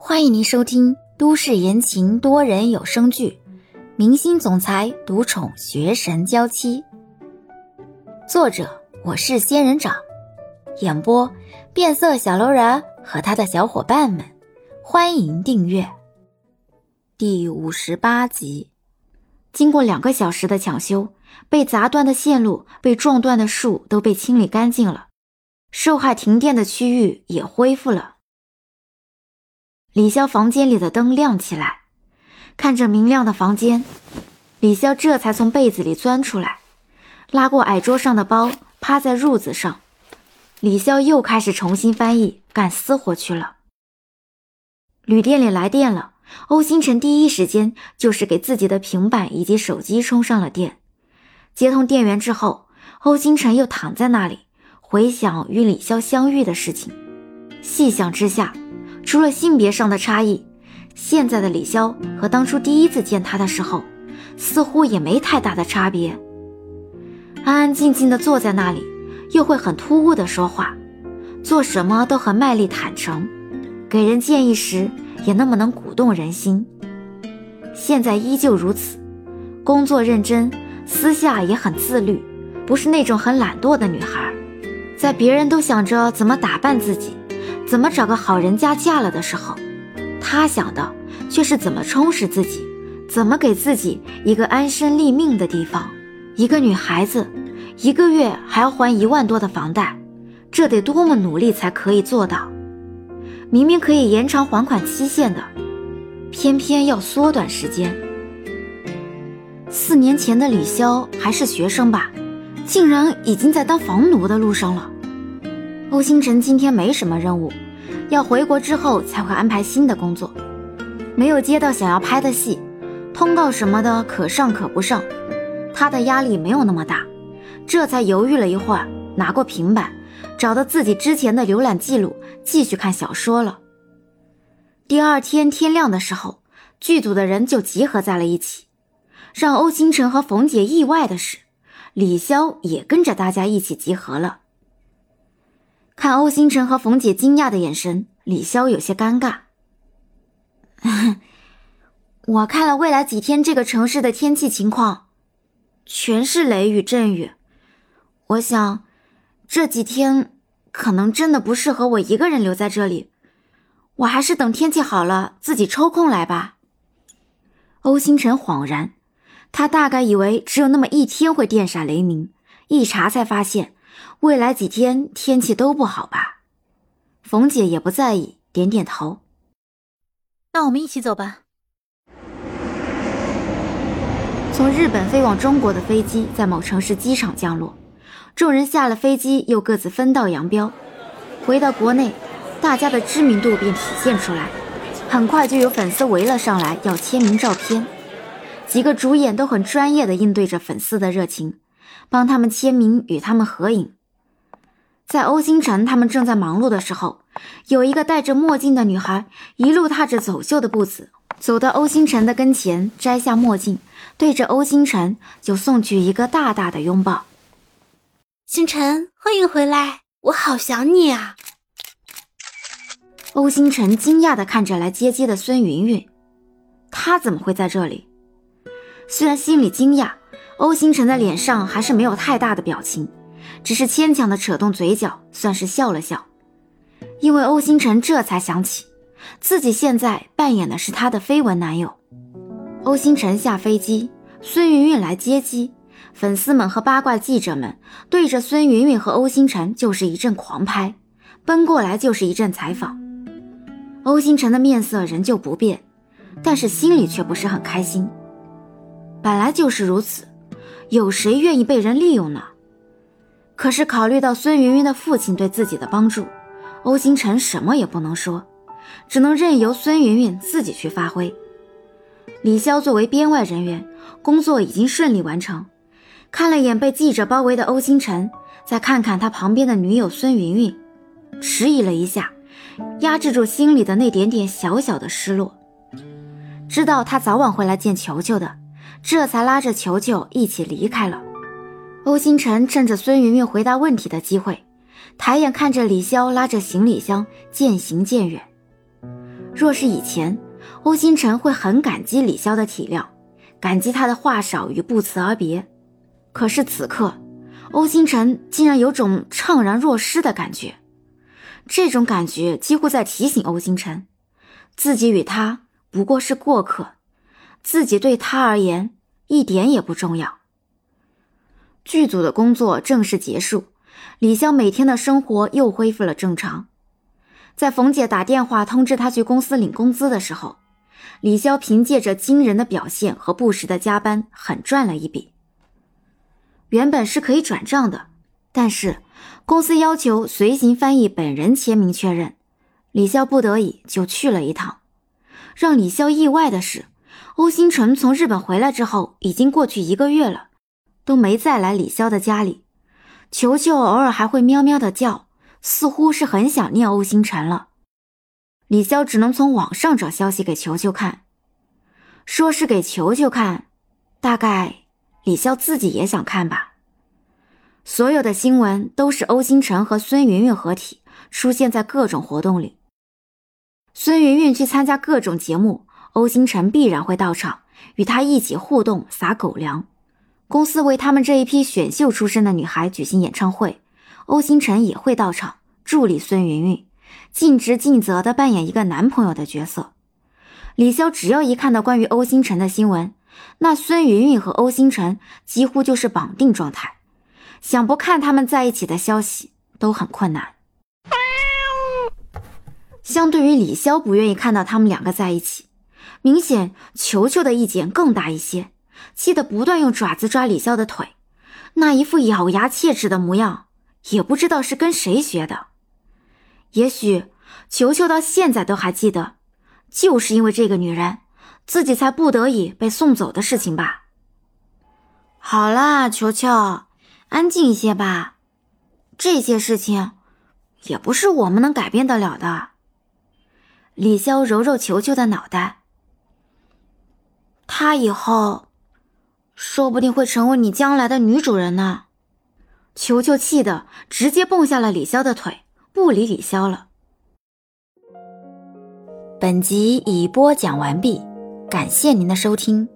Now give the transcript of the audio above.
欢迎您收听都市言情多人有声剧《明星总裁独宠学神娇妻》，作者我是仙人掌，演播变色小楼人和他的小伙伴们。欢迎订阅。第58集。经过2个小时的抢修，被砸断的线路、被撞断的树都被清理干净了，受害停电的区域也恢复了。李潇房间里的灯亮起来，看着明亮的房间，李潇这才从被子里钻出来，拉过矮桌上的包，趴在褥子上。李潇又开始重新翻译，干私活去了。旅店里来电了，欧星辰第一时间就是给自己的平板以及手机充上了电。接通电源之后，欧星辰又躺在那里，回想与李潇相遇的事情。细想之下，除了性别上的差异，现在的李潇和当初第一次见他的时候，似乎也没太大的差别。安安静静地坐在那里，又会很突兀地说话，做什么都很卖力坦诚，给人建议时也那么能鼓动人心。现在依旧如此，工作认真，私下也很自律，不是那种很懒惰的女孩。在别人都想着怎么打扮自己，怎么找个好人家嫁了的时候，她想的却是怎么充实自己，怎么给自己一个安身立命的地方。一个女孩子1个月还要还1万多的房贷，这得多么努力才可以做到。明明可以延长还款期限的，偏偏要缩短时间。4年前的李潇还是学生吧，竟然已经在当房奴的路上了。欧星辰今天没什么任务，要回国之后才会安排新的工作，没有接到想要拍的戏，通告什么的可上可不上，他的压力没有那么大，这才犹豫了一会儿，拿过平板，找到自己之前的浏览记录，继续看小说了。第二天天亮的时候，剧组的人就集合在了一起。让欧星辰和冯姐意外的是，李潇也跟着大家一起集合了。看欧星辰和冯姐惊讶的眼神，李潇有些尴尬。我看了未来几天这个城市的天气情况，全是雷雨阵雨，我想这几天可能真的不适合我一个人留在这里，我还是等天气好了自己抽空来吧。欧星辰恍然，他大概以为只有那么1天会电闪雷鸣，一查才发现未来几天天气都不好吧。冯姐也不在意，点点头。 那我们一起走吧。 从日本飞往中国的飞机在某城市机场降落，众人下了飞机又各自分道扬镳。回到国内，大家的知名度便体现出来，很快就有粉丝围了上来要签名照片。几个主演都很专业地应对着粉丝的热情，帮他们签名与他们合影。在欧星辰他们正在忙碌的时候，有一个戴着墨镜的女孩一路踏着走秀的步子走到欧星辰的跟前，摘下墨镜，对着欧星辰就送去一个大大的拥抱。 星辰，欢迎回来，我好想你啊。 欧星辰惊讶地看着来接机的孙云云，她怎么会在这里？虽然心里惊讶，欧星辰的脸上还是没有太大的表情，只是牵强地扯动嘴角，算是笑了笑。因为欧星辰这才想起自己现在扮演的是他的绯闻男友。欧星辰下飞机，孙云云来接机，粉丝们和八卦记者们对着孙云云和欧星辰就是一阵狂拍，奔过来就是一阵采访。欧星辰的面色仍旧不变，但是心里却不是很开心。本来就是如此，有谁愿意被人利用呢？可是考虑到孙云云的父亲对自己的帮助，欧星辰什么也不能说，只能任由孙云云自己去发挥。李潇作为编外人员，工作已经顺利完成，看了眼被记者包围的欧星辰，再看看他旁边的女友孙云云，迟疑了一下，压制住心里的那点点小小的失落。知道他早晚会来见球球的，这才拉着球球一起离开了。欧星辰趁着孙云云回答问题的机会，抬眼看着李潇拉着行李箱渐行渐远。 若是以前，欧星辰会很感激李潇的体谅，感激他的话少与不辞而别。可是此刻，欧星辰竟然有种怅然若失的感觉。这种感觉几乎在提醒欧星辰，自己与他不过是过客，自己对他而言一点也不重要。剧组的工作正式结束，李潇每天的生活又恢复了正常。在冯姐打电话通知他去公司领工资的时候，李潇凭借着惊人的表现和不时的加班狠赚了一笔。原本是可以转账的，但是公司要求随行翻译本人签名确认，李潇不得已就去了一趟。让李潇意外的是，欧星辰从日本回来之后已经过去1个月了，都没再来李潇的家里。球球偶尔还会喵喵的叫，似乎是很想念欧星辰了。李潇只能从网上找消息给球球看，说是给球球看，大概李潇自己也想看吧。所有的新闻都是欧星辰和孙云云合体出现在各种活动里。孙云云去参加各种节目，欧星辰必然会到场，与他一起互动撒狗粮。公司为他们这一批选秀出身的女孩举行演唱会，欧星辰也会到场助力孙云云，尽职尽责地扮演一个男朋友的角色。李潇只要一看到关于欧星辰的新闻，那孙云云和欧星辰几乎就是绑定状态，想不看他们在一起的消息都很困难。相对于李潇不愿意看到他们两个在一起，明显球球的意见更大一些，气得不断用爪子抓李潇的腿，那一副咬牙切齿的模样，也不知道是跟谁学的。也许球球到现在都还记得，就是因为这个女人，自己才不得已被送走的事情吧。好啦，球球，安静一些吧，这些事情也不是我们能改变得了的。李潇揉揉球球的脑袋，她以后说不定会成为你将来的女主人呢。球球气得直接蹦下了李潇的腿，不理李潇了。本集已播讲完毕，感谢您的收听。